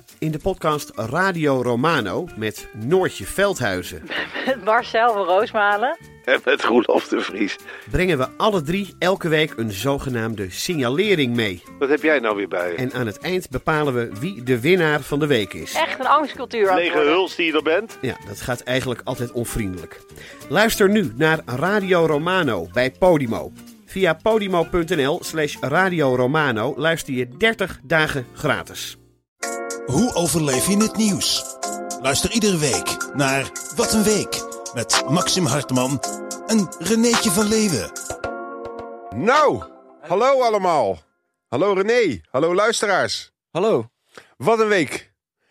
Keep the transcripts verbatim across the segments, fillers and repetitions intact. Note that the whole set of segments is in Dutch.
In de podcast Radio Romano met Noortje Veldhuizen. Met Marcel van Roosmalen. En met Roelof de Vries. Brengen we alle drie elke week een zogenaamde signalering mee. Wat heb jij nou weer bij je? En aan het eind bepalen we wie de winnaar van de week is. Echt een angstcultuur aan het Lege worden. huls die je er bent. Ja, dat gaat eigenlijk altijd onvriendelijk. Luister nu naar Radio Romano bij Podimo. Via podimo.nl slash Radio Romano luister je dertig dagen gratis. Hoe overleef je het nieuws? Luister iedere week naar Wat een Week met Maxim Hartman en Renéetje van Leeuwen. Nou, hallo allemaal. Hallo René, hallo luisteraars. Hallo. Wat een week.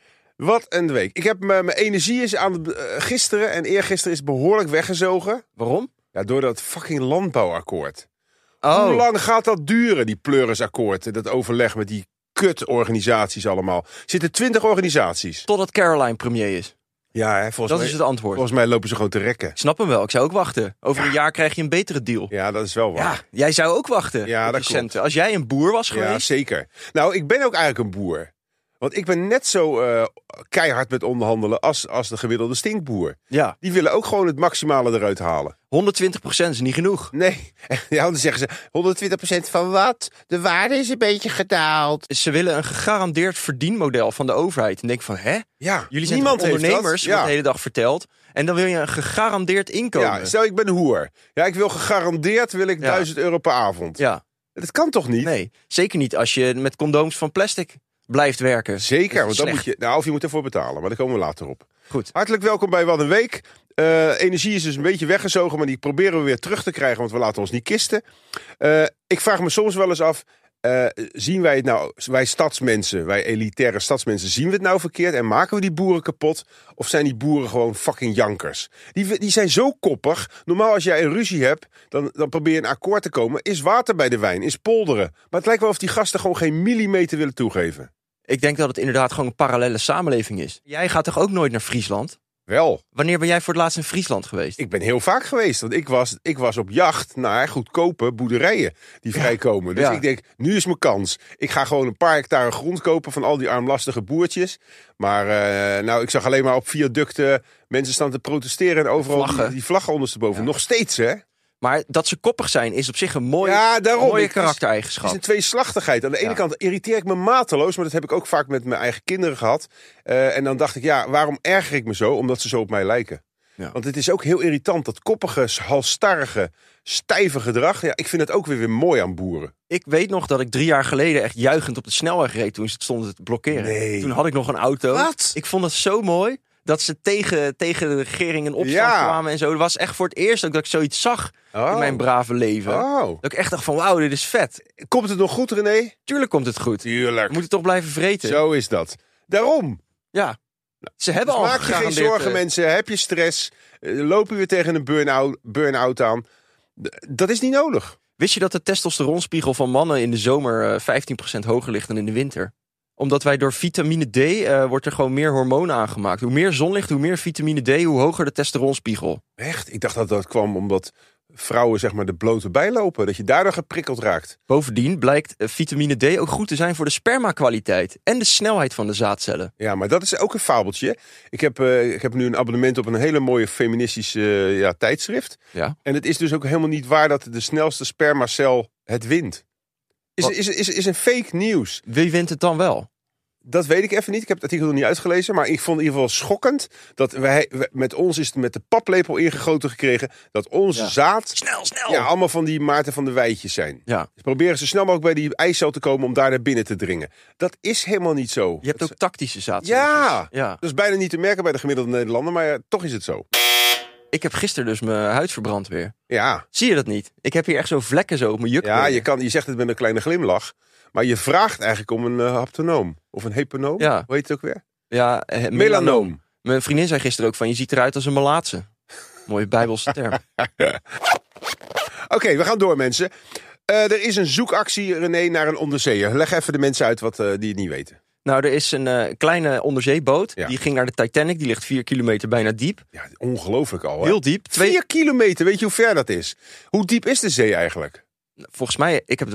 Wat een week. Ik heb mijn energie is aan de, uh, gisteren en eergisteren is behoorlijk weggezogen. Waarom? Ja, door dat fucking landbouwakkoord. Oh. Hoe lang gaat dat duren, die pleurisakkoord? Dat overleg met die kutorganisaties allemaal. Er zitten twintig organisaties. Totdat Caroline premier is. Ja, hè, volgens Dat mij, is het antwoord. Volgens mij lopen ze gewoon te rekken. Ik snap hem wel. Ik zou ook wachten. Over Ja. een jaar krijg je een betere deal. Ja, dat is wel waar. Ja, jij zou ook wachten. Ja, op dat je klopt. centen. Als jij een boer was Ja, geweest. zeker. Nou, ik ben ook eigenlijk een boer. Want ik ben net zo uh, keihard met onderhandelen als, als de gemiddelde stinkboer. Ja, Die willen ook gewoon het maximale eruit halen. honderdtwintig procent is niet genoeg. Nee, ja, dan zeggen ze honderdtwintig procent van wat? De waarde is een beetje gedaald. Ze willen een gegarandeerd verdienmodel van de overheid. En denk van, hè? Ja, Jullie zijn niemand toch heeft ondernemers, dat. wordt Ja. de hele dag verteld. En dan wil je een gegarandeerd inkomen. Ja, stel ik ben hoer. Ja, ik wil gegarandeerd wil ik Ja. duizend euro per avond. Ja, Dat kan toch niet? nee. Zeker niet als je met condooms van plastic blijft werken. Zeker, Dat want is dan slecht. moet je, nou, of je moet ervoor betalen, maar daar komen we later op. Goed. Hartelijk welkom bij Wat een Week. Uh, energie is dus een beetje weggezogen, maar die proberen we weer terug te krijgen, want we laten ons niet kisten. Uh, ik vraag me soms wel eens af, uh, zien wij het nou, wij stadsmensen, wij elitaire stadsmensen, zien we het nou verkeerd en maken we die boeren kapot? Of zijn die boeren gewoon fucking jankers? Die, die zijn zo koppig. Normaal als jij een ruzie hebt, dan, dan probeer je een akkoord te komen. Is water bij de wijn, is polderen. Maar het lijkt wel of die gasten gewoon geen millimeter willen toegeven. Ik denk dat het inderdaad gewoon een parallele samenleving is. Jij gaat toch ook nooit naar Friesland? Wel. Wanneer ben jij voor het laatst in Friesland geweest? Ik ben heel vaak geweest, want ik was, ik was op jacht naar goedkope boerderijen die vrijkomen. Dus Ja. ik denk, nu is mijn kans. Ik ga gewoon een paar hectare grond kopen van al die armlastige boertjes. Maar uh, nou, ik zag alleen maar op viaducten mensen staan te protesteren en overal Vlaggen. Die, die vlaggen ondersteboven. Ja. Nog steeds, hè? Maar dat ze koppig zijn is op zich een mooi, Ja, daarom. mooie Het is- Het karaktereigenschap. is een tweeslachtigheid. Aan de ene Ja. kant irriteer ik me mateloos, maar dat heb ik ook vaak met mijn eigen kinderen gehad. Uh, en dan dacht ik, ja, waarom erger ik me zo? Omdat ze zo op mij lijken. Ja. Want het is ook heel irritant, dat koppige, halstarrige, stijve gedrag. Ja, ik vind het ook weer, weer mooi aan boeren. Ik weet nog dat ik drie jaar geleden echt juichend op de snelweg reed toen ze het stonden te blokkeren. Nee. Toen had ik nog een auto. Wat? Ik vond het zo mooi dat ze tegen, tegen de regering in opstand Ja. kwamen en zo. Het was echt voor het eerst ook dat ik zoiets zag Oh. in mijn brave leven. Oh. Dat ik echt dacht van wauw, dit is vet. Komt het nog goed, René? Tuurlijk komt het goed. Tuurlijk. We moeten toch blijven vreten. Zo is dat. Daarom. Ja. Ze hebben Dus al maak je geen gegarandeerd, zorgen, eh, mensen. Heb je stress? Uh, loop je weer tegen een burn-out, burn-out aan? D- dat is niet nodig. Wist je dat de testosteronspiegel van mannen in de zomer uh, vijftien procent hoger ligt dan in de winter? Omdat wij door vitamine D uh, wordt er gewoon meer hormonen aangemaakt. Hoe meer zonlicht, hoe meer vitamine D, hoe hoger de testosteronspiegel. Echt? Ik dacht dat dat kwam omdat vrouwen zeg maar de blote bijlopen. Dat je daardoor geprikkeld raakt. Bovendien blijkt uh, vitamine D ook goed te zijn voor de spermakwaliteit en de snelheid van de zaadcellen. Ja, maar dat is ook een fabeltje. Ik heb, uh, ik heb nu een abonnement op een hele mooie feministische uh, ja, tijdschrift. Ja. En het is dus ook helemaal niet waar dat de snelste spermacel het wint. Is, Wat? is, is, is een fake nieuws. Wie wint het dan wel? Dat weet ik even niet. Ik heb het artikel nog niet uitgelezen. Maar ik vond in ieder geval schokkend dat wij, met ons is het met de paplepel ingegoten gekregen dat onze Ja. zaad Snel, snel! ja, allemaal van die Maarten van der Weijtjes zijn. Ja. Dus proberen zo snel mogelijk bij die eicel te komen om daar naar binnen te dringen. Dat is helemaal niet zo. Je hebt ook tactische zaadcellen. Ja. ja. Dat is bijna niet te merken bij de gemiddelde Nederlander, maar ja, toch is het zo. Ik heb gisteren dus mijn huid verbrand weer. Ja, Zie je dat niet? Ik heb hier echt zo vlekken zo op mijn juk. ja je, kan, je zegt het met een kleine glimlach, maar je vraagt eigenlijk om een uh, haptonoom. Of een heponoom, Ja. hoe heet het ook weer? Ja, eh, melanoom. Melanoom. Mijn vriendin zei gisteren ook van, je ziet eruit als een Malaatse. Mooie bijbelse term. Oké, okay, we gaan door mensen. Uh, er is een zoekactie, René, naar een onderzeeër. Leg even de mensen uit wat, uh, die het niet weten. Nou, er is een uh, kleine onderzeeboot. Ja. Die ging naar de Titanic. Die ligt vier kilometer bijna diep. Ja, ongelooflijk al, hè? Heel diep. Twee... Vier kilometer, weet je hoe ver dat is? Hoe diep is de zee eigenlijk? Volgens mij, ik heb het wel eens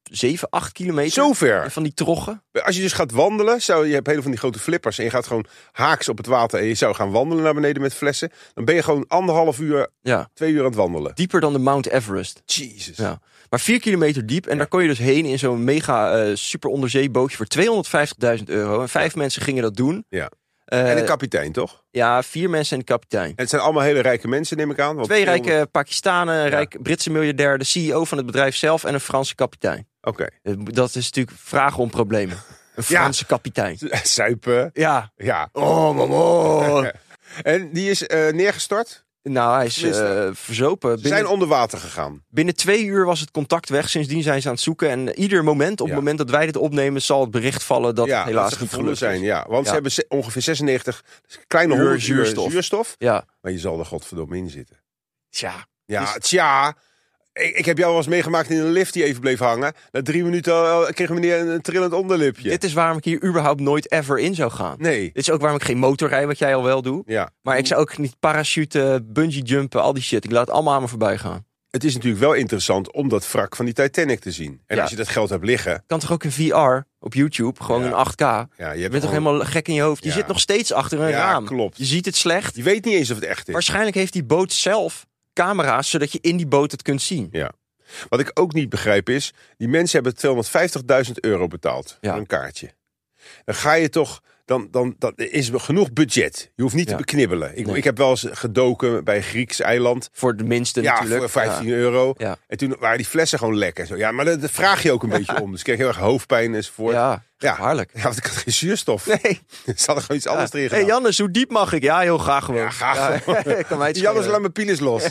zeven, acht kilometer. Zover. Van die troggen. Als je dus gaat wandelen, zou, je hebt hele van die grote flippers en je gaat gewoon haaks op het water en je zou gaan wandelen naar beneden met flessen, dan ben je gewoon anderhalf uur, Ja. twee uur aan het wandelen. Dieper dan de Mount Everest. Jezus. Ja. Maar vier kilometer diep. En Ja. daar kon je dus heen in zo'n mega uh, super onderzeebootje voor tweehonderdvijftigduizend euro. En vijf mensen gingen dat doen. Ja. Uh, En een kapitein, toch? ja, vier mensen en de kapitein. En het zijn allemaal hele rijke mensen, neem ik aan. Want Twee tweehonderd rijke Pakistanen, een rijk Britse miljardair, de C E O van het bedrijf zelf en een Franse kapitein. Oké. Uh, Dat is natuurlijk vragen om problemen. Een Ja. Franse kapitein. Zuipen. Ja. Ja. Oh, mama. En die is uh, neergestort. Nou, hij is Tenminste, uh, verzopen. Ze Binnen, zijn onder water gegaan. binnen twee uur was het contact weg. Sindsdien zijn ze aan het zoeken. En ieder moment, op Ja. het moment dat wij dit opnemen, zal het bericht vallen dat ja, het helaas dat ze niet gevonden gelukt zijn. is. Ja, want Ja. ze hebben ze- ongeveer zesennegentig kleine Uur honderd zuurstof. uur zuurstof. Ja. Maar je zal er godverdomme in zitten. Tja. Ja, Dus- tja. Ik, ik heb jou wel eens meegemaakt in een lift die even bleef hangen. Na drie minuten al, kreeg meneer een, een trillend onderlipje. Dit is waarom ik hier überhaupt nooit ever in zou gaan. Nee. Dit is ook waarom ik geen motor rijd, wat jij al wel doet. Ja. Maar ik zou ook niet parachuten, bungee jumpen, al die shit. Ik laat het allemaal aan me voorbij gaan. Het is natuurlijk wel interessant om dat wrak van die Titanic te zien. En Ja. als je dat geld hebt liggen. Kan toch ook in V R op YouTube, gewoon Ja. in acht K. Ja, je, Je hebt bent toch gewoon- helemaal gek in je hoofd. Je Ja. zit nog steeds achter een Ja, raam. klopt. Je ziet het slecht. Je weet niet eens of het echt is. Waarschijnlijk heeft die boot zelf camera's, zodat je in die boot het kunt zien. Ja. Wat ik ook niet begrijp is, die mensen hebben tweehonderdvijftigduizend euro betaald Ja. voor een kaartje. Dan ga je toch, dan, dan, dan is er genoeg budget. Je hoeft niet Ja. te beknibbelen. Ik, Nee. ik heb wel eens gedoken bij een Grieks eiland. Voor de minste Ja, natuurlijk. voor vijftien euro. Ja. En toen waren die flessen gewoon lekker. Zo. Ja, maar dat, dat vraag je ook een beetje om. Dus ik kreeg heel erg hoofdpijn enzovoort. Ja, Ja, Ja. gevaarlijk. want ik had geen zuurstof. Nee. Ze hadden gewoon iets anders erin Hé hey, gedaan. Jannes, hoe diep mag ik? Ja, heel graag gewoon. Ja, graag gewoon. kan mij het Jannes, schelen. laat mijn pilis los.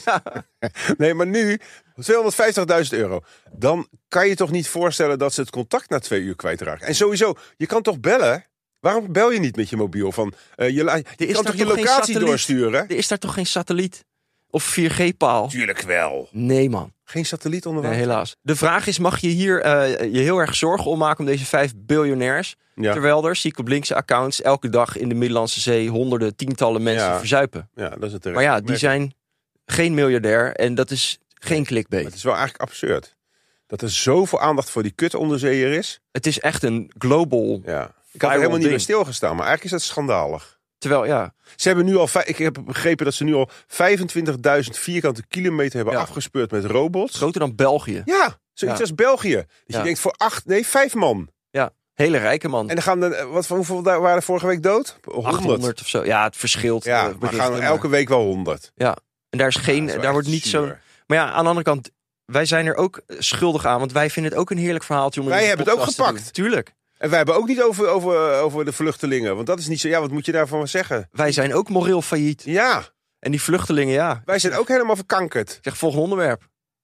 Nee, maar nu, tweehonderdvijftigduizend euro. Dan kan je toch niet voorstellen dat ze het contact na twee uur kwijtraken. En sowieso, je kan toch bellen? Waarom bel je niet met je mobiel? Van, uh, je, la- je is kan daar toch je toch geen locatie satelliet? doorsturen? Er is daar toch geen satelliet? Of vier G-paal? Tuurlijk wel. Nee, man. Geen satelliet onder Nee, water? helaas. De vraag is, mag je hier uh, je heel erg zorgen om maken om deze vijf biljonairs? Ja. Terwijl er, zie ik op linkse accounts, elke dag in de Middellandse Zee honderden, tientallen mensen Ja. verzuipen. Ja, dat is het Maar ja, die zijn geen miljardair en dat is geen clickbait. Het is wel eigenlijk absurd. Dat er zoveel aandacht voor die kut onderzeeër is. Het is echt een global... Ja. Ik had er Viral helemaal niet ding. bij stilgestaan. Maar eigenlijk is dat schandalig. Terwijl, ja, Ze hebben nu al, vij- ik heb begrepen dat ze nu al vijfentwintigduizend vierkante kilometer hebben Ja. afgespeurd met robots. groter dan België. Ja, zoiets Ja. als België. Dus Ja. je denkt voor acht, nee, vijf man. Ja, hele rijke man. En dan gaan er, wat, hoeveel daar waren er vorige week dood? honderd. achthonderd of zo. Ja, het verschilt. Ja, eh, maar berichten, gaan er elke week wel honderd. Ja, en daar is geen, Ja, dat is wel daar wordt echt niet zo. zuur. Maar ja, aan de andere kant, wij zijn er ook schuldig aan, want wij vinden het ook een heerlijk verhaaltje om. in Wij deze hebben het ook podcast te gepakt. doen. Tuurlijk. En wij hebben ook niet over, over, over de vluchtelingen. Want dat is niet zo, ja, wat moet je daarvan zeggen? Wij zijn ook moreel failliet. Ja, En die vluchtelingen, ja. wij zijn ook helemaal verkankerd. Ik zeg volgende onderwerp.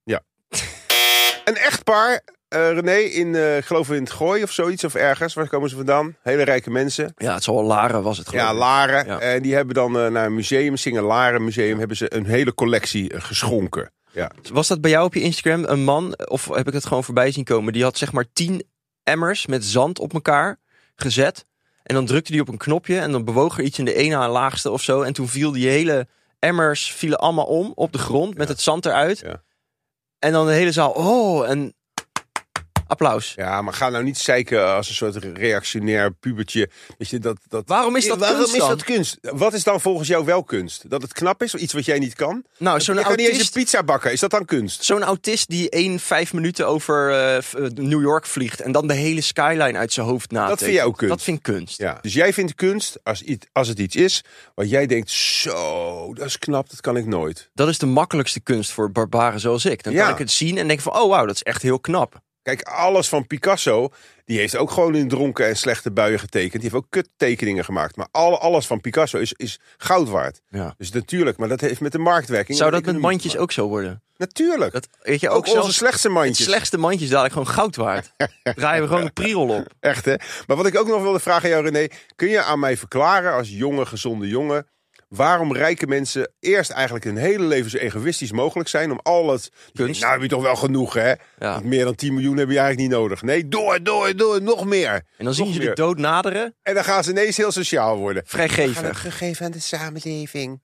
Een echtpaar, eh René, in, eh, ik geloof in het Gooi of zoiets, of ergens. Waar komen ze vandaan? Hele rijke mensen. Ja, het zal wel Laren was het geloof Ja, ik. Laren. Ja. En die hebben dan eh, naar een museum, Singer Laren Museum, hebben ze een hele collectie eh, geschonken. Ja. Was dat bij jou op je Instagram een man, of heb ik het gewoon voorbij zien komen, die had zeg maar tien emmers met zand op elkaar gezet. En dan drukte hij op een knopje en dan bewoog er iets in de ene aan laagste of zo. En toen viel die hele emmers vielen allemaal om op de grond met Ja. het zand eruit. Ja. En dan de hele zaal, oh, en applaus. Ja, maar ga nou niet zeiken als een soort reactionair pubertje. Weet je, dat, dat... Waarom is dat Waarom kunst is dan? dat kunst? Wat is dan volgens jou wel kunst? Dat het knap is, iets wat jij niet kan? Nou, zo'n je kan niet eens een autist, pizza bakken. Is dat dan kunst? zo'n autist die één, vijf minuten over eh, f- eh, New York vliegt en dan de hele skyline uit zijn hoofd natekent. Dat vind jij ook kunst? Dat vind ik kunst. Ja. Dus jij vindt kunst, als, iets, als het iets is, wat jij denkt, zo, dat is knap, dat kan ik nooit. Dat is de makkelijkste kunst voor barbaren zoals ik. Dan Ja. kan ik het zien en denk van, oh wauw, dat is echt heel knap. Kijk, alles van Picasso, die heeft ook gewoon in dronken en slechte buien getekend. Die heeft ook kuttekeningen gemaakt. Maar alle, alles van Picasso is, is goud waard. Ja. Dus natuurlijk, maar dat heeft met de marktwerking... Zou en de dat met economie mandjes te ook zo worden? maken. Natuurlijk. Dat, weet je, ook ook onze zelfs slechtste het mandjes. slechtste mandjes dadelijk gewoon goud waard. Draaien we gewoon een prierol op. Echt, hè? Maar wat ik ook nog wilde vragen aan jou, René. Kun je aan mij verklaren, als jonge, gezonde jongen, waarom rijke mensen eerst eigenlijk hun hele leven zo egoïstisch mogelijk zijn om al het... Kunst. Nou heb je toch wel genoeg, hè? Ja. Want meer dan tien miljoen heb je eigenlijk niet nodig. Nee, door, door, door, nog meer. En dan zien Nog ze meer. de dood naderen. En dan gaan ze ineens heel sociaal worden. Vrijgevig. gegeven aan de samenleving. Ja.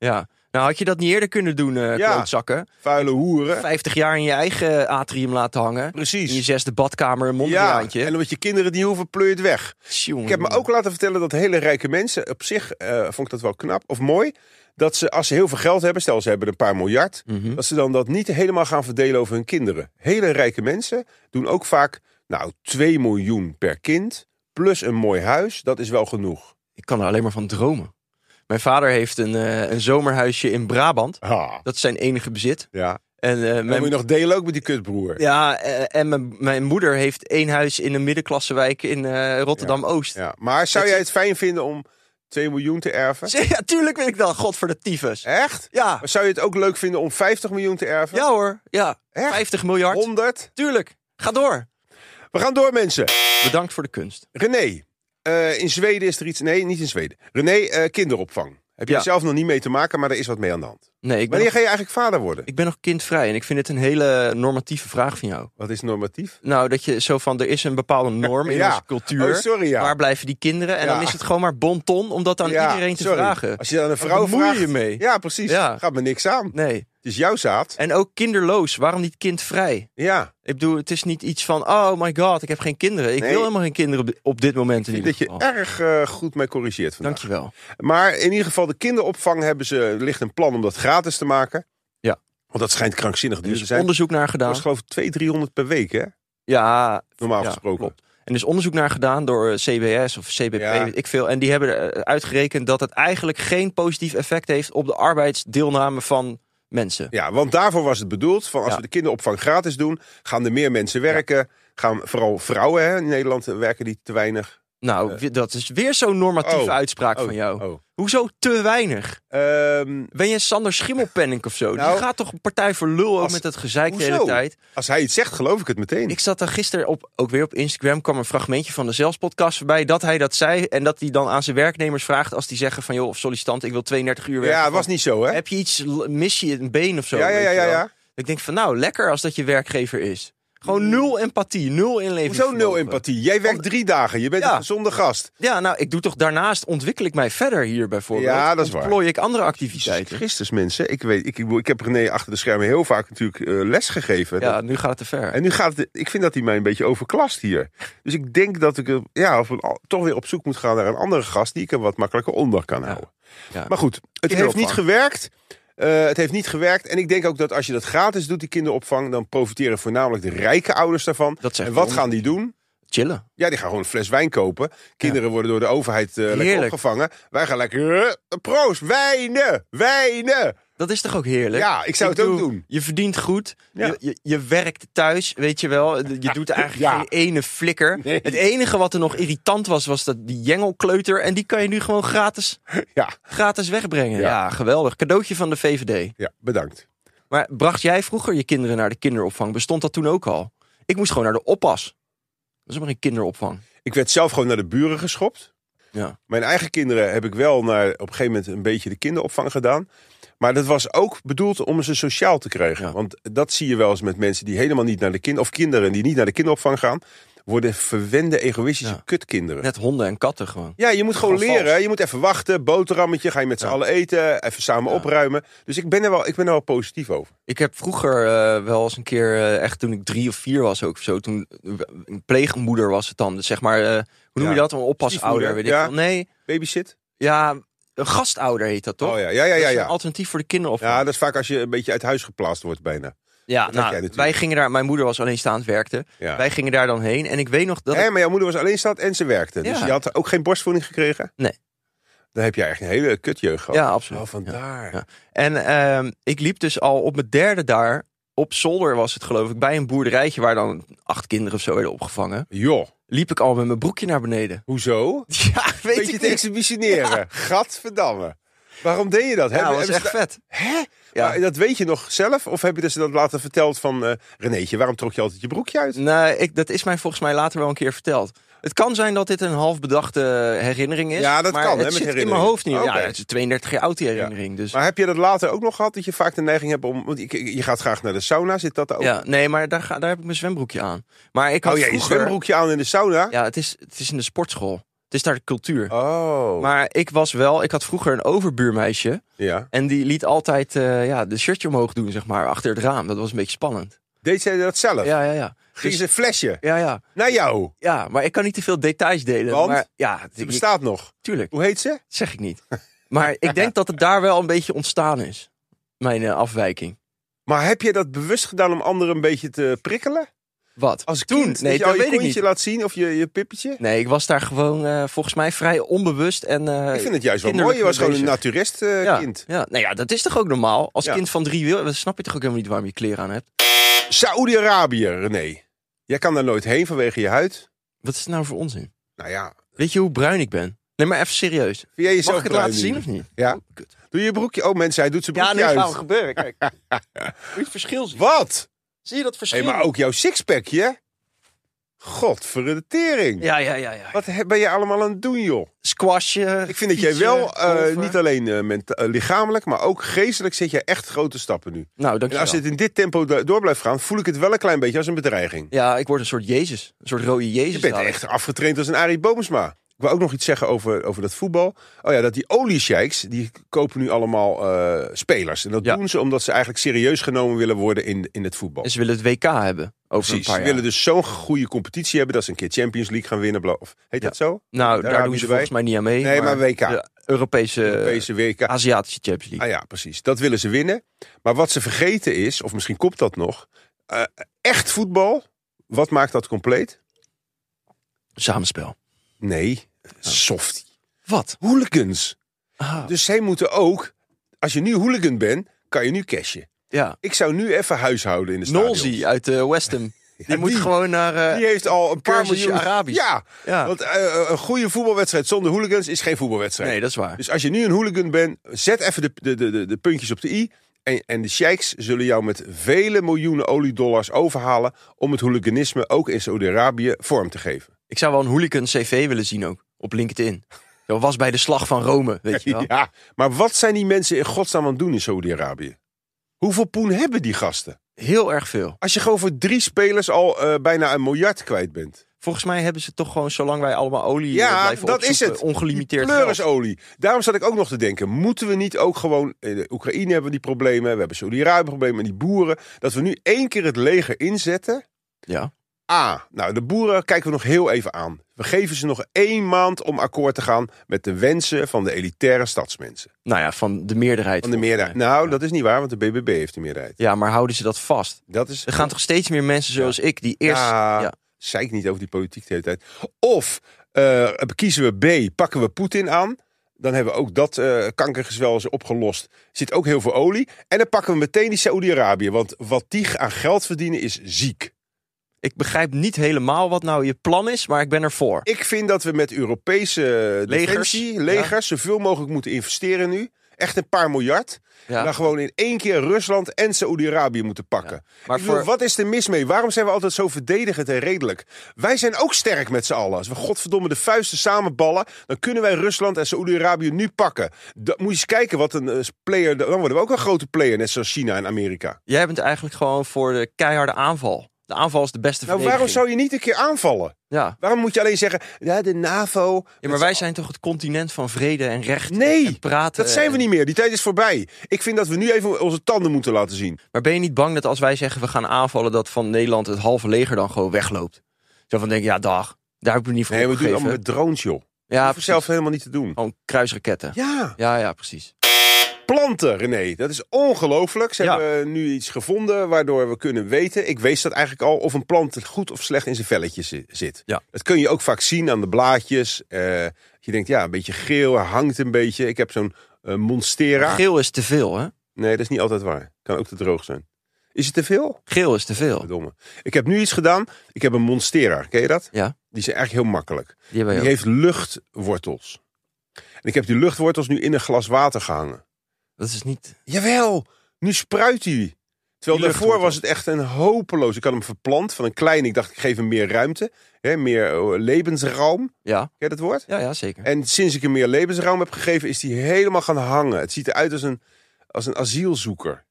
Nou, had je dat niet eerder kunnen doen, uh, Ja. klootzakken? Vuile hoeren. vijftig jaar in je eigen atrium laten hangen. Precies. In je zesde badkamer een Ja, mondriaantje. en omdat je kinderen die hoeven, pleur je het weg. Tjonge, Ik heb me jonge. ook laten vertellen dat hele rijke mensen, op zich uh, vond ik dat wel knap of mooi, dat ze als ze heel veel geld hebben, stel ze hebben een paar miljard, Mhm. dat ze dan dat niet helemaal gaan verdelen over hun kinderen. Hele rijke mensen doen ook vaak, nou, twee miljoen per kind, plus een mooi huis, dat is wel genoeg. Ik kan er alleen maar van dromen. Mijn vader heeft een, uh, een zomerhuisje in Brabant. Ha, Dat is zijn enige bezit. ja. En, uh, Dan mijn, moet je nog delen ook met die kutbroer. ja, uh, en mijn, mijn moeder heeft één huis in een middenklassewijk in uh, Rotterdam-Oost. Ja. Maar zou jij het fijn vinden om twee miljoen te erven? Ja, tuurlijk wil ik dat. God voor de tyfus. Echt? Ja, Maar zou je het ook leuk vinden om vijftig miljoen te erven? ja hoor. Ja, Echt? vijftig miljard. honderd? Tuurlijk. Ga door. We gaan door, mensen. Bedankt voor de kunst. René, uh, in Zweden is er iets... Nee, niet in Zweden. René, uh, kinderopvang. Heb je Ja. er zelf nog niet mee te maken, maar er is wat mee aan de hand. Nee, ik ben, Wanneer nog, ga je eigenlijk vader worden? ik ben nog kindvrij en ik vind het een hele normatieve vraag van jou. Wat is normatief? Nou, dat je zo van, er is een bepaalde norm in Ja. onze cultuur. Oh, sorry, ja. Waar blijven die kinderen? En Ja. dan is het gewoon maar bonton om dat aan Ja, iedereen te sorry. vragen. Als je aan een Waar vrouw bemoei je vraagt... je mee? Ja, precies. Ja. Gaat me niks aan. Nee. Het is jouw zaad. En ook kinderloos. Waarom niet kindvrij? Ja. Ik bedoel, het is niet iets van, oh my god, ik heb geen kinderen. Ik Nee. wil helemaal geen kinderen op, op dit moment in Ik ieder vind dat geval. je erg uh, goed mij corrigeert vandaag. Dankjewel. Maar in ieder geval, de kinderopvang hebben ze... Er ligt een plan om dat gratis te maken. Ja. Want dat schijnt krankzinnig Er duur te is zijn. onderzoek naar Dat gedaan. was geloof ik tweehonderd, driehonderd per week, hè? Ja, Normaal ja, gesproken. klopt. En er is onderzoek naar gedaan door C B S of C B P, Ja. weet ik veel. En die hebben uh, uitgerekend dat het eigenlijk geen positief effect heeft op de arbeidsdeelname van mensen. Ja, want daarvoor was het bedoeld. Van als Ja. we de kinderopvang gratis doen, gaan er meer mensen werken. Gaan vooral vrouwen, hè? In Nederland werken die te weinig. Nou, we- dat is weer zo'n normatieve Oh. uitspraak Oh, van jou. oh. Hoezo te weinig? Ehm, Ben je Sander Schimmelpenninck of zo? Nou, Die gaat toch een partij voor lul ook als- met dat gezeik de hoezo? hele tijd? als hij het zegt, geloof ik het meteen. Ik zat daar gisteren op, ook weer op Instagram, kwam een fragmentje van de Zelfs-podcast voorbij, dat hij dat zei en dat hij dan aan zijn werknemers vraagt als die zeggen van, joh, of sollicitant, ik wil tweeëndertig uur werken. Ja, het Van, was niet zo, hè? heb je iets, mis je een been of zo? Ja, ja, weet ja, je ja, wel? ja. Ik denk van, nou, lekker als dat je werkgever is. Gewoon nul empathie, nul inleving. Hoezo nul empathie? Jij werkt Want- drie dagen. Je bent Ja. een gezonde gast. Ja, nou, ik doe toch daarnaast, ontwikkel ik mij verder hier bijvoorbeeld. Ja, dat is waar. Ontplooi ik andere activiteiten. Christus, mensen. Ik, weet, ik, ik heb René achter de schermen heel vaak natuurlijk uh, les gegeven. Ja, Dat- nu gaat het te ver. En nu gaat het... Ik vind dat hij mij een beetje overklast hier. Dus ik denk dat ik uh, ja, of we al- toch weer op zoek moet gaan naar een andere gast die ik er wat makkelijker onder kan houden. Ja. Maar goed, het heeft Kinderopvang. niet gewerkt. Uh, het heeft niet gewerkt. En ik denk ook dat als je dat gratis doet, die kinderopvang, dan profiteren voornamelijk de rijke ouders daarvan. Dat zegt En wat Ron. gaan die doen? Chillen. Ja, die gaan gewoon een fles wijn kopen. Kinderen worden door de overheid uh, lekker Heerlijk. opgevangen. Wij gaan lekker... Uh, proost, wijnen, wijnen. Dat is toch ook heerlijk? Ja, ik zou het ook bedoel, doen. Je verdient goed. Ja. Je, je, je werkt thuis, weet je wel. Je doet eigenlijk Ja. geen ene flikker. Nee. Het enige wat er nog irritant was, was dat die jengelkleuter. En die kan je nu gewoon gratis, Ja, gratis wegbrengen. Ja. Ja. geweldig. Cadeautje van de V V D. ja, bedankt. Maar bracht jij vroeger je kinderen naar de kinderopvang? Bestond dat toen ook al? Ik moest gewoon naar de oppas. Dat is maar geen kinderopvang. Ik werd zelf gewoon naar de buren geschopt. Ja. Mijn eigen kinderen heb ik wel naar, op een gegeven moment een beetje de kinderopvang gedaan. Maar dat was ook bedoeld om ze sociaal te krijgen. Ja. Want dat zie je wel eens met mensen die helemaal niet naar de kind... of kinderen die niet naar de kinderopvang gaan... worden verwende, egoïstische Ja. kutkinderen. Net honden en katten gewoon. Ja, je moet gewoon Gewoon leren. vals. Je moet even wachten, boterhammetje, ga je met z'n Ja. allen eten, even samen Ja. opruimen. Dus ik ben er wel, ik ben er wel positief over. Ik heb vroeger uh, wel eens een keer, uh, echt toen ik drie of vier was ook of zo, toen een pleegmoeder was het dan. Dus zeg maar, uh, hoe noem Ja. je dat? Een oppasouder, Stiefmoeder, weet ik ja. veel. Nee, Babysit? ja, een gastouder heet dat toch? Oh ja, ja, ja, Dat ja. is Ja. een alternatief voor de kinderopvang. Ja, dat is vaak als je een beetje uit huis geplaatst wordt bijna. Ja, dat nou, had jij natuurlijk. wij gingen daar, mijn moeder was alleenstaand, werkte. Ja. Wij gingen daar dan heen en ik weet nog dat... Hé, maar jouw moeder was alleenstaand en ze werkte. Dus Ja. je had ook geen borstvoeding gekregen? Nee. Dan heb je echt een hele kutjeugd gehad. Ja, absoluut. Oh, vandaar. Ja. En uh, ik liep dus al op mijn derde daar, op zolder was het geloof ik, bij een boerderijtje waar dan acht kinderen of zo werden opgevangen. Joh, Liep ik al met mijn broekje naar beneden. hoezo? Ja, weet Beetje ik te niet. exhibitioneren. Gadverdamme. Waarom deed je dat? Ja, Hebben- dat was hebben echt ze vet. da- Hè? Ja. Maar dat weet je nog zelf? Of heb je dus dat laten verteld van... Uh, Renéetje, waarom trok je altijd je broekje uit? Nee, ik, dat is mij volgens mij later wel een keer verteld. Het kan zijn dat dit een half bedachte herinnering is. Ja, dat maar kan, hè, het met zit in herinneringen. mijn hoofd niet. Oké. Ja, het is tweeëndertig jaar oud die herinnering. Dus. Maar heb je dat later ook nog gehad? Dat je vaak de neiging hebt om... Want je, je gaat graag naar de sauna, zit dat ook? Ja, nee, maar daar, ga, daar heb ik mijn zwembroekje aan. Maar ik had Oh ja, je vroeger... zwembroekje aan in de sauna? Ja, het is, het is in de sportschool. Het is daar de cultuur. Oh. Maar ik was wel, ik had vroeger een overbuurmeisje. Ja. En die liet altijd uh, ja, de shirtje omhoog doen, zeg maar, achter het raam. Dat was een beetje spannend. Deed zij dat zelf? Ja, ja, ja. Ging Dus- ze een flesje Ja, ja. naar jou? Ja, maar ik kan niet te veel details delen. Want? Maar ja, Ze ik- bestaat nog. tuurlijk, Hoe heet ze? dat zeg ik niet. Maar ik denk dat het daar wel een beetje ontstaan is. Mijn uh, afwijking. Maar heb je dat bewust gedaan om anderen een beetje te prikkelen? Wat? Als Toen? kind, Nee, dat je dat al je weet ik kontje niet. laat zien of je, je pippetje? Nee, ik was daar gewoon uh, volgens mij vrij onbewust. En, uh, Ik vind het juist wel kinderlijk mooi. Je was gewoon een bezig. naturist uh, ja, kind. Ja, nou ja, dat is toch ook normaal? Als Ja. kind van drie wil, dan snap je toch ook helemaal niet waarom je kleren aan hebt? Saoedi-Arabië, René. Jij kan daar nooit heen vanwege je huid. Wat is het nou voor onzin? Nou ja, Weet je hoe bruin ik ben? Nee, maar even serieus. vind jij jezelf Mag ik het bruin laten nu? zien of niet? Ja. Oh, kut. Doe je broekje. Oh mensen, hij doet zijn Ja, broekje nu uit. gaat het gebeuren. Kijk. Moet je het verschil zien? Wat? Zie je dat verschil? Hey, maar ook jouw sixpackje? Godverdomme. Ja, ja, ja, ja. Wat he- ben je allemaal aan het doen, joh? Squashen. Ik vind dat jij fietsen, wel, eh, golfen. niet alleen eh, menta- eh, lichamelijk, maar ook geestelijk zet jij echt grote stappen nu. Nou, En dankjewel. als het in dit tempo do- door blijft gaan, voel ik het wel een klein beetje als een bedreiging. Ja, ik word een soort Jezus. Een soort rode Jezus. Je bent dadelijk. echt afgetraind als een Arie Boomsma. Ik wil ook nog iets zeggen over, over dat voetbal. Oh ja, dat die oliesheiks, die kopen nu allemaal eh, spelers. En dat Ja. doen ze omdat ze eigenlijk serieus genomen willen worden in, in het voetbal. En ze willen het W K hebben. Over Precies, een ze paar willen jaar. dus zo'n goede competitie hebben dat ze een keer Champions League gaan winnen. bla- Of, heet Ja. dat zo? Nou, Daar daar hou doen je ze erbij. volgens mij niet aan mee. Nee, maar W K. De Europese, Europese W K. Aziatische Champions League. Ah ja, precies. Dat willen ze winnen. Maar wat ze vergeten is, of misschien komt dat nog, eh, echt voetbal, wat maakt dat compleet? Samenspel. Nee, softie. Wat? Hooligans. Ah, Dus zij moeten ook, als je nu hooligan bent, kan je nu cashen. ja. Ik zou nu even huishouden in de stadions. Nolzi uit uh, West Ham. Die moet die- gewoon naar... uh, Die heeft al een paar Cursusje miljoen... Arabisch. Ja, ja. want eh, een goede voetbalwedstrijd zonder hooligans is geen voetbalwedstrijd. Nee, dat is waar. Dus als je nu een hooligan bent, zet even de, de, de, de puntjes op de i. En, en de sheiks zullen jou met vele miljoenen oliedollars overhalen om het hooliganisme ook in Saudi-Arabië vorm te geven. Ik zou wel een hooligan cv willen zien ook. Op LinkedIn. Zo was bij de slag van Rome, weet je wel. Ja, maar wat zijn die mensen in godsnaam aan het doen in Saudi-Arabië? Hoeveel poen hebben die gasten? Heel erg veel. Als je gewoon voor drie spelers al eh, bijna een miljard kwijt bent. Volgens mij hebben ze toch gewoon, zolang wij allemaal olie Ja, eh, blijven dat is opzoeken, het. ongelimiteerd geld. Pleurisolie. Daarom zat ik ook nog te denken. Moeten we niet ook gewoon... In de Oekraïne hebben we die problemen. We hebben Saudi-Arabië problemen met die boeren. Dat we nu één keer het leger inzetten. Ja. A, nou de boeren kijken we nog heel even aan. We geven ze nog één maand om akkoord te gaan met de wensen van de elitaire stadsmensen. Nou ja, van de meerderheid. Van de volgens meerderheid. mij. Nou, Ja. dat is niet waar, want de B B B heeft de meerderheid. Ja, maar houden ze dat vast? Dat is... Er gaan toch steeds meer mensen zoals ik die eerst... Ja, Ja. zeik niet over die politiek de hele tijd. Of eh, kiezen we B, pakken we Poetin aan. Dan hebben we ook dat uh, kankergezwel is opgelost. Er zit ook heel veel olie. En dan pakken we meteen die Saoedi-Arabië. Want wat die aan geld verdienen is ziek. Ik begrijp niet helemaal wat nou je plan is, maar ik ben ervoor. Ik vind dat we met Europese Legers, defensie, legers, zoveel mogelijk moeten investeren nu. Echt een paar miljard. Ja. En dan gewoon in één keer Rusland en Saoedi-Arabië moeten pakken. Ja. Maar Ik bedoel, voor- wat is er mis mee? Waarom zijn we altijd zo verdedigend en redelijk? Wij zijn ook sterk met z'n allen. Als we godverdomme de vuisten samenballen, dan kunnen wij Rusland en Saoedi-Arabië nu pakken. Dat, moet je eens kijken wat een uh, player... Dan worden we ook een grote player, net zoals China en Amerika. Jij bent eigenlijk gewoon voor de keiharde aanval. De aanval is de beste Nou, verdediging. waarom zou je niet een keer aanvallen? Ja. Waarom moet je alleen zeggen, ja, de NAVO... ja, maar wij zijn toch het continent van vrede en recht Nee, en praten. dat zijn we niet meer. Die tijd is voorbij. Ik vind dat we nu even onze tanden moeten laten zien. Maar ben je niet bang dat als wij zeggen we gaan aanvallen, dat van Nederland het halve leger dan gewoon wegloopt? Zo van denk je, ja dag, daar heb ik me niet voor Nee, we doen het opgegeven. allemaal met drones, joh. Ja, Ja, voor precies. zelf helemaal niet te doen. Gewoon kruisraketten. Ja, Ja, ja, precies. planten, René. Dat is ongelooflijk. Ze Ja. hebben nu iets gevonden waardoor we kunnen weten... Ik wist dat eigenlijk al, of een plant goed of slecht in zijn velletje zi- zit. Ja. Dat kun je ook vaak zien aan de blaadjes. Eh, je denkt, ja, een beetje geel, hij hangt een beetje. Ik heb zo'n eh, monstera. Geel is te veel, hè? Nee, dat is niet altijd waar. Kan ook te droog zijn. Is het te veel? Geel is te veel. Verdomme. Ik heb nu iets gedaan. Ik heb een monstera. Ken je dat? Ja, Die zijn eigenlijk heel makkelijk. die hebben Die we ook. heeft luchtwortels. En ik heb die luchtwortels nu in een glas water gehangen. Dat is niet... Jawel, nu spruit hij. Terwijl Die daarvoor luchtwortel. was het echt een hopeloos. Ik had hem verplant van een klein. Ik dacht, ik geef hem meer ruimte. Hè, meer uh, levensruim. Ja, Ken je dat woord? ja, ja zeker. En sinds ik hem meer levensruim heb gegeven, is hij helemaal gaan hangen. Het ziet eruit als een, als een asielzoeker.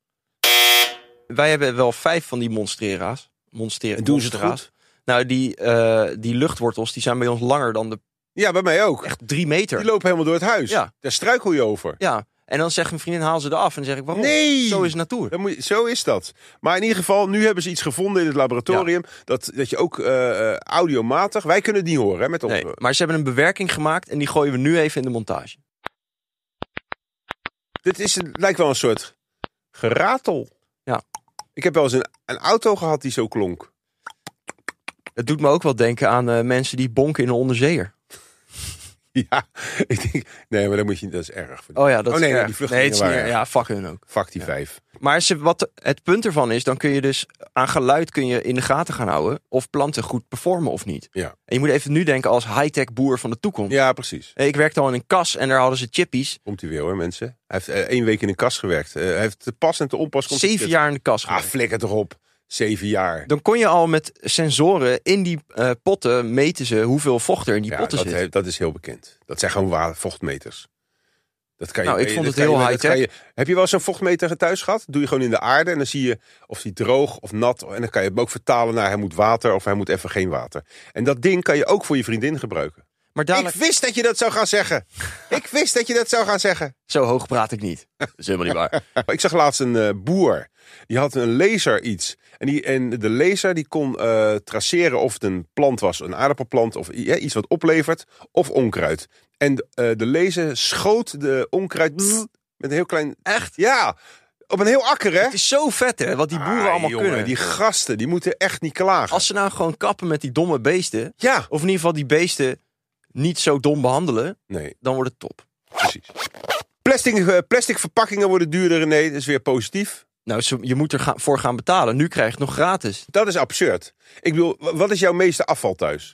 Wij hebben wel vijf van die monstera's. Monstera En doen ze het monstera's. goed? Nou, die, eh, die luchtwortels die zijn bij ons langer dan de Ja, bij mij ook. Echt drie meter. Die lopen helemaal door het huis. Ja. Daar struikel je over. Ja, en dan zegt mijn vriendin, haal ze eraf. En dan zeg ik, waarom? Nee! Zo is natuur. Dan moet je, zo is dat. Maar in ieder geval, nu hebben ze iets gevonden in het laboratorium. Ja. Dat, dat je ook uh, audiomatig... Wij kunnen het niet horen, hè, met onze... Nee, maar ze hebben een bewerking gemaakt en die gooien we nu even in de montage. Dit is, het lijkt wel een soort geratel. Ja. Ik heb wel eens een, een auto gehad die zo klonk. Het doet me ook wel denken aan uh, mensen die bonken in een onderzeeër. Ja, ik denk... Nee, maar dat moet je... Dat is erg. Oh ja, dat oh, nee, is nee, erg. die vluchtelingen nee, het is niet waren erg. Ja, fuck hun ook. Fuck die ja. vijf. Maar ze, wat het punt ervan is, dan kun je dus aan geluid kun je in de gaten gaan houden of planten goed performen of niet. Ja. En je moet even nu denken als high-tech boer van de toekomst. Ja, precies. Ik werkte al in een kas en daar hadden ze chippies. Komt hij weer hoor, mensen. Hij heeft uh, één week in een kas gewerkt. Uh, hij heeft te pas en te onpas... Komt Zeven jaar in de kas Ah, gewerkt. flikker toch op. Zeven jaar. Dan kon je al met sensoren in die uh, potten meten ze hoeveel vocht er in die Ja, potten dat, zit. he, dat is heel bekend. Dat zijn gewoon waar vochtmeters. Dat kan je, Nou, ik dat vond het kan je- heel dat high-tech. kan je- Heb je wel zo'n vochtmeter thuis gehad? Doe je gewoon in de aarde en dan zie je of die droog of nat. En dan kan je hem ook vertalen naar hij moet water of hij moet even geen water. En dat ding kan je ook voor je vriendin gebruiken. Maar dadelijk... Ik wist dat je dat zou gaan zeggen. Ik wist dat je dat zou gaan zeggen. Zo hoog praat ik niet. Dat is helemaal niet waar. Maar ik zag laatst een uh, boer. Die had een laser iets. En, die, en de laser die kon uh, traceren of het een plant was. Een aardappelplant of ja, iets wat oplevert. Of onkruid. En uh, de laser schoot de onkruid bzz, met een heel klein... Echt? Ja, op een heel akker hè. Het is zo vet hè, wat die boeren Ah, allemaal jongen, kunnen. Die gasten, die moeten echt niet klagen. Als ze nou gewoon kappen met die domme beesten. Ja. Of in ieder geval die beesten niet zo dom behandelen. Nee, Dan wordt het top. precies. Plastic, uh, plastic verpakkingen worden duurder, René. Dat is weer positief. Nou, zo- je moet er voor gaan betalen. Nu krijg je het nog gratis. Dat is absurd. Ik bedoel, w- wat is jouw meeste afval thuis?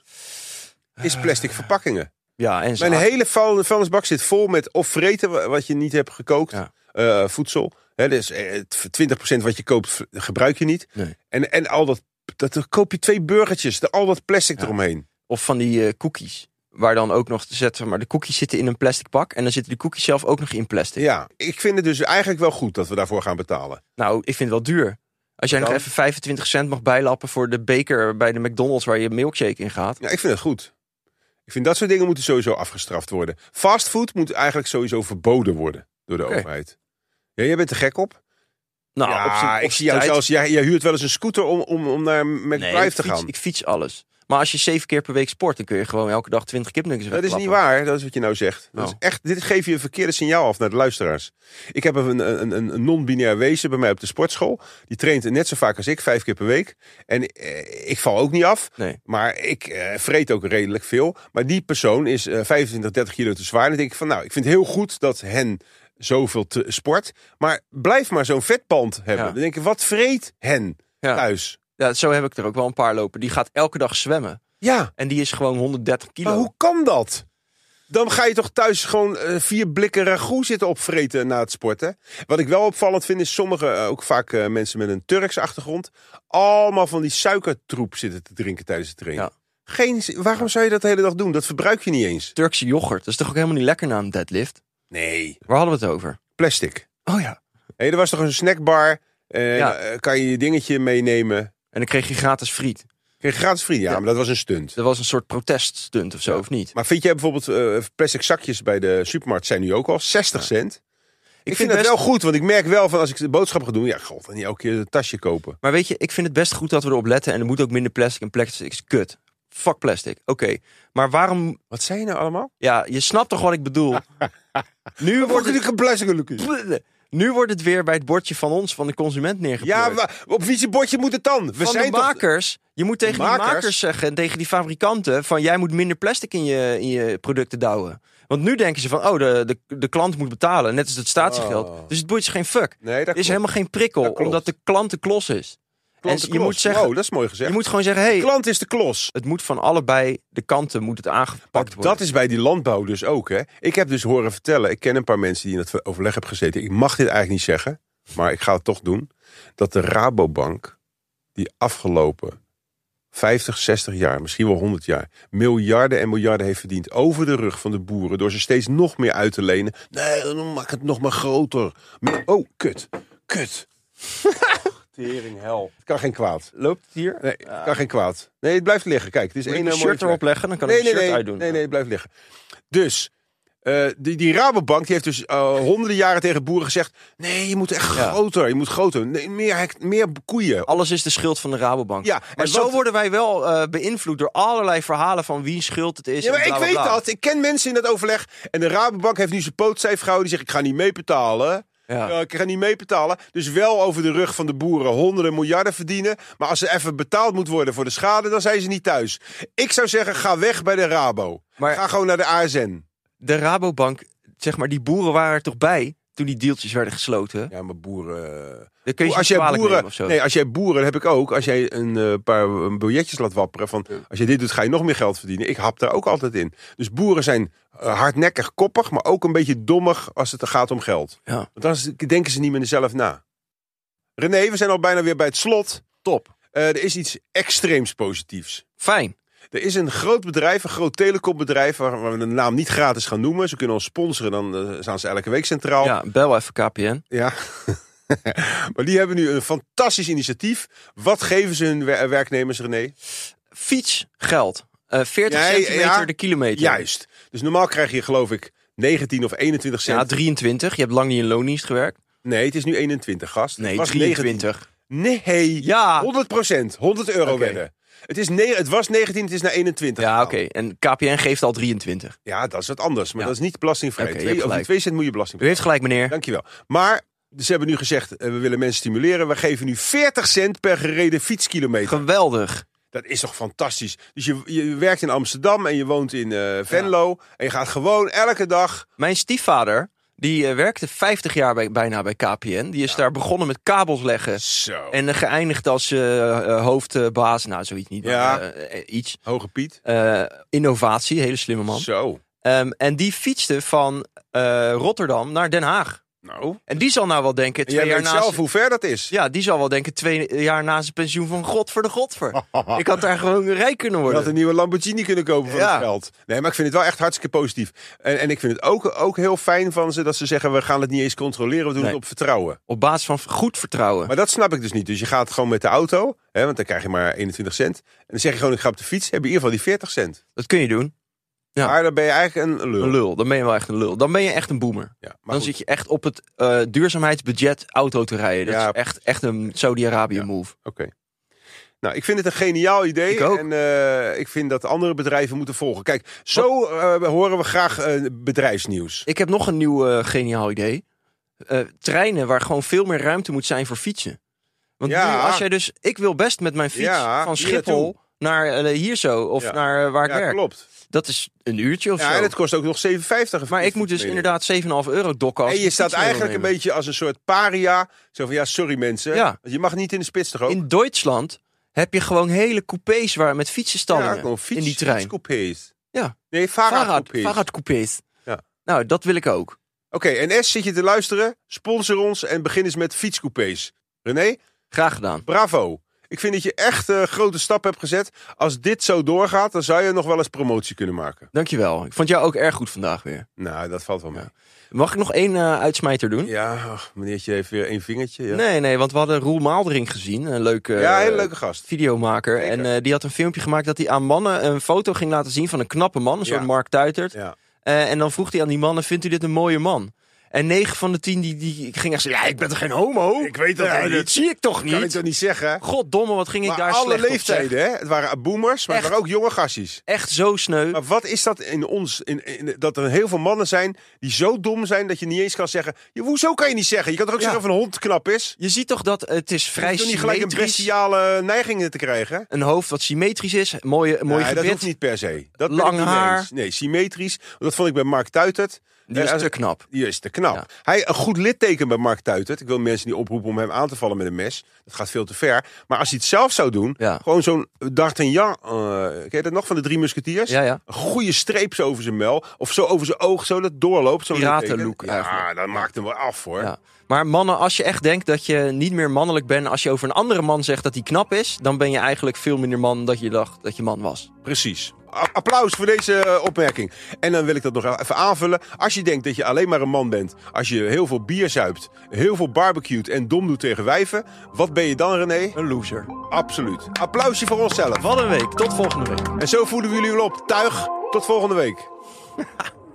Is plastic verpakkingen. Ja, en Mijn zo. hele vuil- vuilnisbak zit vol met of vreten wa- wat je niet hebt gekookt. Ja. Uh, voedsel. Hè, dus eh, twintig procent wat je koopt v- gebruik je niet. Nee. En, en al dat, dat, dan koop je twee burgertjes. de- Al dat plastic Ja. eromheen. Of van die uh, cookies. Waar dan ook nog te zetten. Maar de cookies zitten in een plastic pak. En dan zitten die cookies zelf ook nog in plastic. Ja, ik vind het dus eigenlijk wel goed dat we daarvoor gaan betalen. Nou, ik vind het wel duur. Als jij Dan? nog even vijfentwintig cent mag bijlappen voor de beker bij de McDonald's waar je milkshake in gaat. Ja, ik vind het goed. Ik vind dat soort dingen moeten sowieso afgestraft worden. Fastfood moet eigenlijk sowieso verboden worden door de Oké. overheid. Ja, jij bent er gek op. Nou, ja, op z'n- op ik z'n zie jou tijd- zelfs. Jij, jij huurt wel eens een scooter om, om, om naar Nee, McDrive ik te fiets, gaan. ik fiets alles. Maar als je zeven keer per week sport, dan kun je gewoon elke dag twintig kipnuggets Dat is niet wegklappen. waar, dat is wat je nou zegt. Dat Oh. is echt, dit geeft je een verkeerde signaal af naar de luisteraars. Ik heb een, een, een, een non-binair wezen bij mij op de sportschool. Die traint net zo vaak als ik, vijf keer per week. En eh, ik val ook niet af. Nee. Maar ik eh, vreet ook redelijk veel. Maar die persoon is eh, vijfentwintig, dertig kilo te zwaar. En dan denk ik van, nou, ik vind het heel goed dat hen zoveel te sport. Maar blijf maar zo'n vetband hebben. Ja. Dan denk ik, wat vreet hen Ja. thuis? Ja, zo heb ik er ook wel een paar lopen. Die gaat elke dag zwemmen. Ja, En die is gewoon honderddertig kilo. maar hoe kan dat? Dan ga je toch thuis gewoon uh, vier blikken ragout zitten opvreten na het sporten. Wat ik wel opvallend vind is sommige, uh, ook vaak uh, mensen met een Turkse achtergrond, allemaal van die suikertroep zitten te drinken tijdens het trainen. Ja. Geen, waarom zou je dat de hele dag doen? Dat verbruik je niet eens. Turkse yoghurt. Dat is toch ook helemaal niet lekker na een deadlift? Nee, Waar hadden we het over? plastic. Oh ja. Hey, er was toch een snackbar. Uh, Ja. uh, kan je je dingetje meenemen. En dan kreeg je gratis friet. Kreeg je gratis vrienden? Ja, Ja. maar dat was een stunt. Dat was een soort proteststunt of zo, Ja. of niet? Maar vind jij bijvoorbeeld uh, plastic zakjes bij de supermarkt zijn nu ook al zestig cent? Ik, vind dat best- wel goed, want ik merk wel van als ik de boodschap ga doen, ja, god, dan niet elke keer een tasje kopen. Maar weet je, ik vind het best goed dat we erop letten. En er moet ook minder plastic. En plastic is kut. Fuck plastic. Oké. Maar waarom... Wat zei je nou allemaal? Ja, je snapt toch wat ik bedoel? Nu wordt het... een plastic. Nu wordt het weer bij het bordje van ons, van de consument neergepleurd. Ja, maar op wie zijn bordje moet het dan? We van zijn de toch... makers. Je moet tegen Makers? die makers zeggen en tegen die fabrikanten van jij moet minder plastic in je, in je producten douwen. Want nu denken ze van oh, de, de, de klant moet betalen, net als het statiegeld. Oh. Dus het boeit ze geen fuck. Nee, dat Er is klopt. helemaal geen prikkel, Dat klopt. omdat de klant de klos is. Klant en de je klos. moet zeggen, Oh, dat is mooi gezegd. je moet gewoon zeggen, hey, Klant is de klos. het moet van allebei de kanten moet het aangepakt Maar worden. dat is bij die landbouw dus ook, hè. Ik heb dus horen vertellen, ik ken een paar mensen die in het overleg hebben gezeten. Ik mag dit eigenlijk niet zeggen, maar ik ga het toch doen. Dat de Rabobank, die afgelopen vijftig, zestig jaar, misschien wel honderd jaar, miljarden en miljarden heeft verdiend over de rug van de boeren, door ze steeds nog meer uit te lenen. Nee, dan maak het nog maar groter. Oh, kut. Kut. Tering hel. Het kan geen kwaad. Loopt het hier? Nee, het kan geen kwaad. Nee, het blijft liggen. Kijk, het is Moet één ik een mooie shirt erop trek. leggen? Dan kan Nee, ik het nee, shirt nee, uitdoen. nee, nee, het blijft liggen. Dus, uh, die, die Rabobank die heeft dus uh, honderden jaren tegen boeren gezegd... Nee, je moet echt Ja. groter. Je moet groter. Nee, meer, hect- meer koeien. Alles is de schuld van de Rabobank. Ja, maar en zo wat- worden wij wel uh, beïnvloed door allerlei verhalen van wie schuld het is. Ja, maar en ik bla, bla, weet bla. dat. Ik ken mensen in dat overleg. En de Rabobank heeft nu zijn poot stijf gehouden. Die zegt, ik ga niet meebetalen. Ja. Ja, ik ga niet meebetalen. Dus wel over de rug van de boeren honderden miljarden verdienen. Maar als er even betaald moet worden voor de schade, dan zijn ze niet thuis. Ik zou zeggen, ga weg bij de Rabo. Maar- Ga gewoon naar de A S N. De Rabobank, zeg maar, die boeren waren er toch bij toen die deeltjes werden gesloten? Ja, maar boeren... Dan kun je ze Als niet jij kwalijk boeren, nemen of zo. nee, als jij boeren, dat heb ik ook. Als jij een uh, paar uh, biljetjes laat wapperen van, als je dit doet, ga je nog meer geld verdienen. Ik hap daar ook altijd in. Dus boeren zijn uh, hardnekkig, koppig, maar ook een beetje dommig als het gaat om geld. Ja. Want dan is- denken ze niet meer zelf na. René, we zijn al bijna weer bij het slot. Top. Uh, er is iets extreems positiefs. Fijn. Er is een groot bedrijf, een groot telecombedrijf, waar, waar we de naam niet gratis gaan noemen. Ze kunnen ons sponsoren, dan uh, staan ze elke week centraal. Ja, bel even K P N. Ja. Maar die hebben nu een fantastisch initiatief. Wat geven ze hun wer- werknemers, René? Fietsgeld. Uh, veertig Nee, centimeter ja, de kilometer. Juist. Dus normaal krijg je geloof ik negentien of eenentwintig cent. Ja, drieëntwintig. Je hebt lang niet in loondienst gewerkt. Nee, het is nu eenentwintig, gast. Nee, Het was drieëntwintig. negentien. Nee, Ja. honderd procent. honderd euro Oké. werden. Het, is ne- het was negentien, het is naar eenentwintig. Ja, gegaan. oké. En K P N geeft al drieëntwintig. Ja, dat is wat anders. Maar Ja. dat is niet belastingvrij. Oké, je Twee- hebt over die gelijk. twee cent moet je belasting U heeft gelijk, meneer. Dankjewel. Maar ze hebben nu gezegd, eh, we willen mensen stimuleren. We geven nu veertig cent per gereden fietskilometer. Geweldig. Dat is toch fantastisch. Dus je, je werkt in Amsterdam en je woont in uh, Venlo. En je gaat gewoon elke dag... Mijn stiefvader, die uh, werkte vijftig jaar bij, bijna bij K P N. Die is daar begonnen met kabels leggen. Zo. En uh, geëindigd als uh, uh, hoofdbaas. Nou, zoiets niet. Ja. Maar, uh, uh, iets. Hoge Piet. Uh, innovatie, hele slimme man. Zo. Um, en die fietste van uh, Rotterdam naar Den Haag. Nou. En die zal nou wel denken, En twee jij jaar weet na zelf zijn- hoe ver dat is. Ja, die zal wel denken, twee jaar na zijn pensioen van god voor de godver. Ik had daar gewoon rijk kunnen Je worden. had een nieuwe Lamborghini kunnen kopen van Ja. het geld. Nee, maar ik vind het wel echt hartstikke positief. En, en ik vind het ook, ook heel fijn van ze dat ze zeggen, we gaan het niet eens controleren, we doen Nee. het op vertrouwen. Op basis van goed vertrouwen. Maar dat snap ik dus niet. Dus je gaat gewoon met de auto, hè, want dan krijg je maar eenentwintig cent. En dan zeg je gewoon, ik ga op de fiets, heb je in ieder geval die veertig cent. Dat kun je doen. Ja. Maar dan ben je eigenlijk een lul. Een lul, dan ben je wel echt een lul. Dan ben je echt een boomer. Ja, maar Dan goed. zit je echt op het uh, duurzaamheidsbudget auto te rijden. Dat Ja. is echt, echt een Saudi-Arabië Ja. move. Oké. Nou, ik vind het een geniaal idee. Ik ook. En uh, ik vind dat andere bedrijven moeten volgen. Kijk, zo uh, horen we graag uh, bedrijfsnieuws. Ik heb nog een nieuw uh, geniaal idee. Uh, treinen waar gewoon veel meer ruimte moet zijn voor fietsen. Want Ja. nu, als jij dus... Ik wil best met mijn fiets Ja, van hier Schiphol naar uh, hier zo. Of Ja. naar uh, waar ik Ja, werk. klopt. Dat is een uurtje of Ja, zo. en het kost ook nog zeven vijftig. een Maar ik fiets, moet dus meen ik. inderdaad zeven komma vijf euro dokken. Als En ik je de staat fiets mee wil eigenlijk een nemen. beetje als een soort paria. Zo van, ja, sorry mensen. Ja. Want je mag niet in de spits toch ook? In Duitsland heb je gewoon hele coupés waar met fietsenstallingen ja, gewoon fiets, in die trein. fietscoupés. Ja. Nee, Fahrrad, Fahrradcoupés. Fahrradcoupés. Ja. Nou, dat wil ik ook. Oké, en S, zit je te luisteren? Sponsor ons en begin eens met fietscoupés. René, Graag gedaan. bravo. Ik vind dat je echt een uh, grote stap hebt gezet. Als dit zo doorgaat, dan zou je nog wel eens promotie kunnen maken. Dankjewel. Ik vond jou ook erg goed vandaag weer. Nou, dat valt wel mee. Mag ik nog één uh, uitsmijter doen? Ja, ach, meneertje heeft weer één vingertje. Ja, Nee, nee, want we hadden Roel Maaldering gezien. Een leuke, ja hele uh, leuke gast. videomaker. Zeker. En uh, die had een filmpje gemaakt dat hij aan mannen een foto ging laten zien van een knappe man. Een soort Ja. Mark Tuitert. Ja. Uh, en dan vroeg hij aan die mannen, vindt u dit een mooie man? En negen van de tien die, die ging echt zeggen, ja, ik ben toch geen homo? Ik weet dat Ja, wel dat niet. zie ik toch Kan ik niet? toch niet zeggen? Goddomme, wat ging ik Maar daar alle slecht op leeftijden, zeggen. hè? Het waren boomers, maar het Echt. waren ook jonge gastjes. Echt zo sneu. Maar wat is dat in ons? In, in, dat er heel veel mannen zijn die zo dom zijn dat je niet eens kan zeggen. Ja, hoezo kan je niet zeggen? Je kan toch ook Ja. zeggen of een hond knap is? Je ziet toch dat het is Je vrij hoeft toch niet gelijk een symmetrisch. bestiale neigingen te krijgen? Een hoofd wat symmetrisch is, mooie, mooi Nee, dat gebit. hoeft niet per se. Dat ben Lang ik niet mee haar. eens. Nee, symmetrisch. Dat vond ik bij Mark Tuitert. Die is Eh, te knap. Die is te knap. Ja. Hij een goed litteken bij Mark Tuitert. Ik wil mensen niet oproepen om hem aan te vallen met een mes. Dat gaat veel te ver. Maar als hij het zelf zou doen, Ja. gewoon zo'n D'Artagnan, uh, ken je dat nog van de Drie Musketiers? Ja, ja. Een goede streep zo over zijn mel. Of zo over zijn oog, zo dat doorloopt. Zo'n Piratenlook litteken. Ja, eigenlijk. dat maakt hem wel af hoor. Ja. Maar mannen, als je echt denkt dat je niet meer mannelijk bent als je over een andere man zegt dat hij knap is, dan ben je eigenlijk veel minder man dan je dacht dat je man was. Precies. a- applaus voor deze uh, opmerking. En dan wil ik dat nog even aanvullen. Als je denkt dat je alleen maar een man bent, als je heel veel bier zuipt, heel veel barbecued en dom doet tegen wijven, wat ben je dan, René? Een loser. Absoluut. Applausje voor onszelf. Wat een week. Tot volgende week. En zo voeden we jullie wel op. Tuig. Tot volgende week.